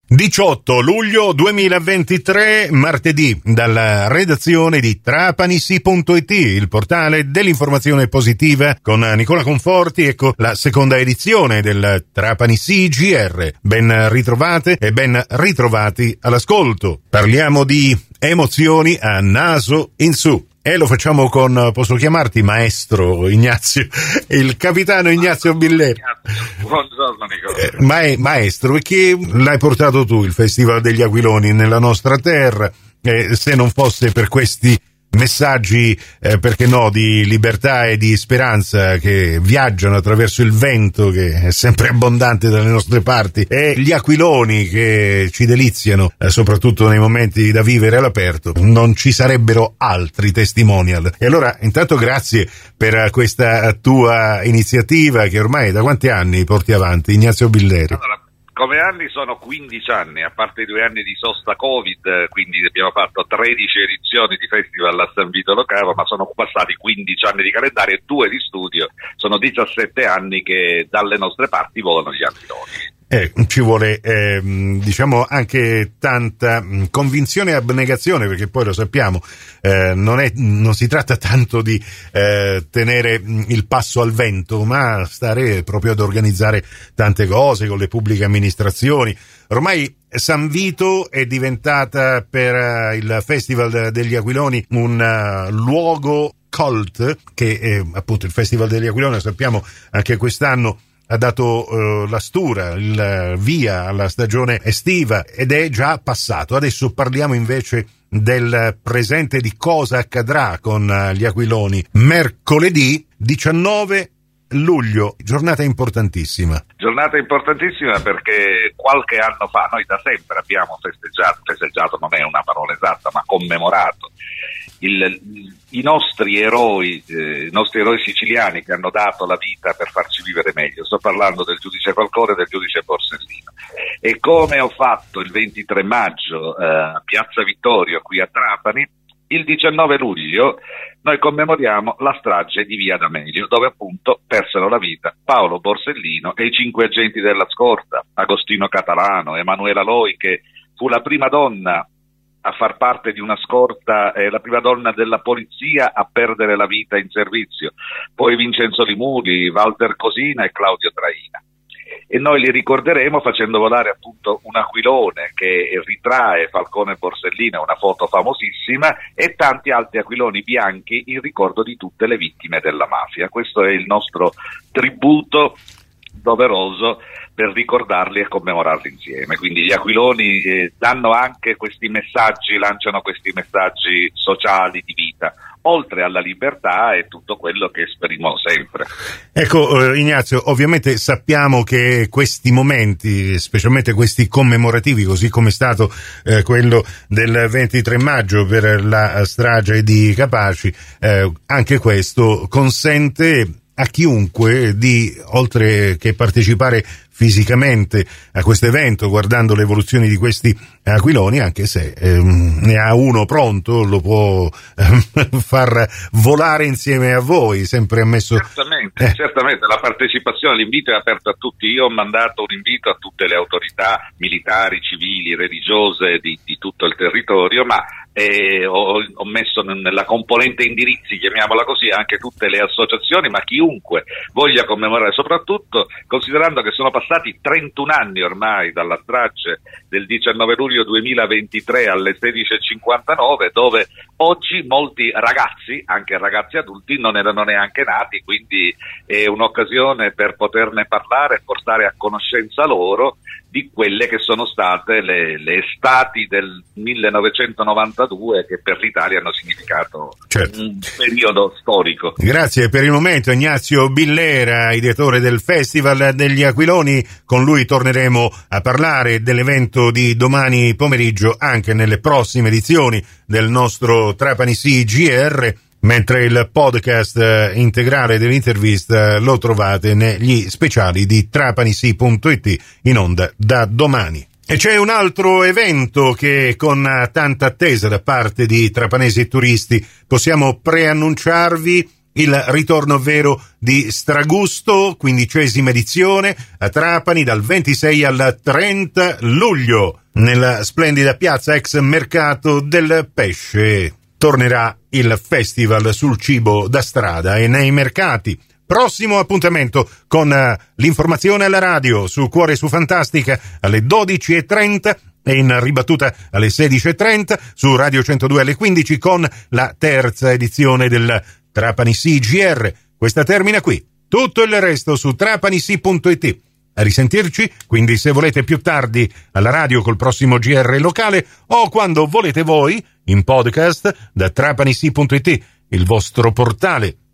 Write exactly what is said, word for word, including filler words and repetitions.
diciotto luglio duemilaventitré, martedì, dalla redazione di Trapanisi punto it, il portale dell'informazione positiva, con Nicola Conforti. Ecco la seconda edizione del Trapanisi G R. Ben ritrovate e ben ritrovati all'ascolto. Parliamo di emozioni a naso in su. E lo facciamo con, posso chiamarti maestro Ignazio, il capitano Ignazio Billera. Buongiorno Nicola. Eh, ma- maestro, perché l'hai portato tu il Festival degli Aquiloni nella nostra terra, eh, se non fosse per questi messaggi, eh, perché no, di libertà e di speranza che viaggiano attraverso il vento, che è sempre abbondante dalle nostre parti, e gli aquiloni che ci deliziano, eh, soprattutto nei momenti da vivere all'aperto, non ci sarebbero altri testimonial. E allora, intanto grazie per questa tua iniziativa che ormai da quanti anni porti avanti, Ignazio Billera? Allora, come anni sono quindici anni, a parte i due anni di sosta Covid, quindi abbiamo fatto tredici edizioni di festival a San Vito Lo Cavo, ma sono passati quindici anni di calendario e due di studio, sono diciassette anni che dalle nostre parti volano gli aquiloni. Eh, ci vuole eh, diciamo anche tanta mh, convinzione e abnegazione, perché poi lo sappiamo, eh, non, è, non si tratta tanto di eh, tenere mh, il passo al vento, ma stare proprio ad organizzare tante cose con le pubbliche amministrazioni. Ormai San Vito è diventata per uh, il Festival degli Aquiloni un uh, luogo cult, che è appunto il Festival degli Aquiloni, lo sappiamo, anche quest'anno ha dato uh, la stura, il via alla stagione estiva, ed è già passato. Adesso parliamo invece del presente, di cosa accadrà con uh, gli Aquiloni mercoledì diciannove luglio, giornata importantissima. Giornata importantissima perché qualche anno fa noi da sempre abbiamo festeggiato, festeggiato non è una parola esatta, ma commemorato il, i nostri eroi, eh, i nostri eroi siciliani che hanno dato la vita per farci vivere meglio. Sto parlando del giudice Falcone e del giudice Borsellino. E come ho fatto il ventitré maggio eh, a Piazza Vittorio qui a Trapani, il diciannove luglio noi commemoriamo la strage di Via D'Amelio, dove appunto persero la vita Paolo Borsellino e i cinque agenti della scorta, Agostino Catalano, Emanuela Loi, che fu la prima donna a far parte di una scorta, eh, la prima donna della polizia a perdere la vita in servizio, poi Vincenzo Limuli, Walter Cosina e Claudio Traina. E noi li ricorderemo facendo volare appunto un aquilone che ritrae Falcone e Borsellino, una foto famosissima, e tanti altri aquiloni bianchi in ricordo di tutte le vittime della mafia. Questo è il nostro tributo doveroso per ricordarli e commemorarli insieme. Quindi gli aquiloni eh, danno anche questi messaggi, lanciano questi messaggi sociali di vita, oltre alla libertà e tutto quello che esprimono sempre. Ecco, eh, Ignazio, ovviamente sappiamo che questi momenti, specialmente questi commemorativi, così come è stato eh, quello del ventitré maggio per la strage di Capaci, eh, anche questo consente a chiunque di, oltre che partecipare fisicamente a questo evento, guardando le evoluzioni di questi aquiloni, anche se ehm, ne ha uno pronto, lo può ehm, far volare insieme a voi, sempre ammesso. Certamente, eh. certamente, la partecipazione, l'invito è aperto a tutti. Io ho mandato un invito a tutte le autorità militari, civili, religiose di, di tutto il territorio, ma eh, ho, ho messo nella componente indirizzi, chiamiamola così, anche tutte le associazioni, ma chiunque voglia commemorare, soprattutto considerando che sono passati trentuno anni ormai dalla strage del diciannove luglio duemilaventitré alle sedici e cinquantanove, dove oggi molti ragazzi, anche ragazzi adulti, non erano neanche nati, quindi è un'occasione per poterne parlare e portare a conoscenza loro di quelle che sono state le, le estati del millenovecentonovantadue, che per l'Italia hanno significato certo. un periodo storico. Grazie per il momento Ignazio Billera, ideatore del Festival degli Aquiloni. Con lui torneremo a parlare dell'evento di domani pomeriggio anche nelle prossime edizioni del nostro Trapanisi G R, mentre il podcast integrale dell'intervista lo trovate negli speciali di Trapanisi punto it, in onda da domani. E c'è un altro evento che con tanta attesa da parte di trapanesi e turisti possiamo preannunciarvi: il ritorno vero di Stragusto, quindicesima edizione, a Trapani dal ventisei al trenta luglio, nella splendida piazza ex Mercato del Pesce. Tornerà il festival sul cibo da strada e nei mercati. Prossimo appuntamento con uh, l'informazione alla radio su Cuore su Fantastica alle dodici e trenta e in ribattuta alle sedici e trenta su Radio centodue alle quindici con la terza edizione del Trapani Sì G R. Questa termina qui. Tutto il resto su trapanisi punto it. A risentirci, quindi, se volete più tardi alla radio col prossimo G R locale o quando volete voi in podcast da trapanisi punto it, il vostro portale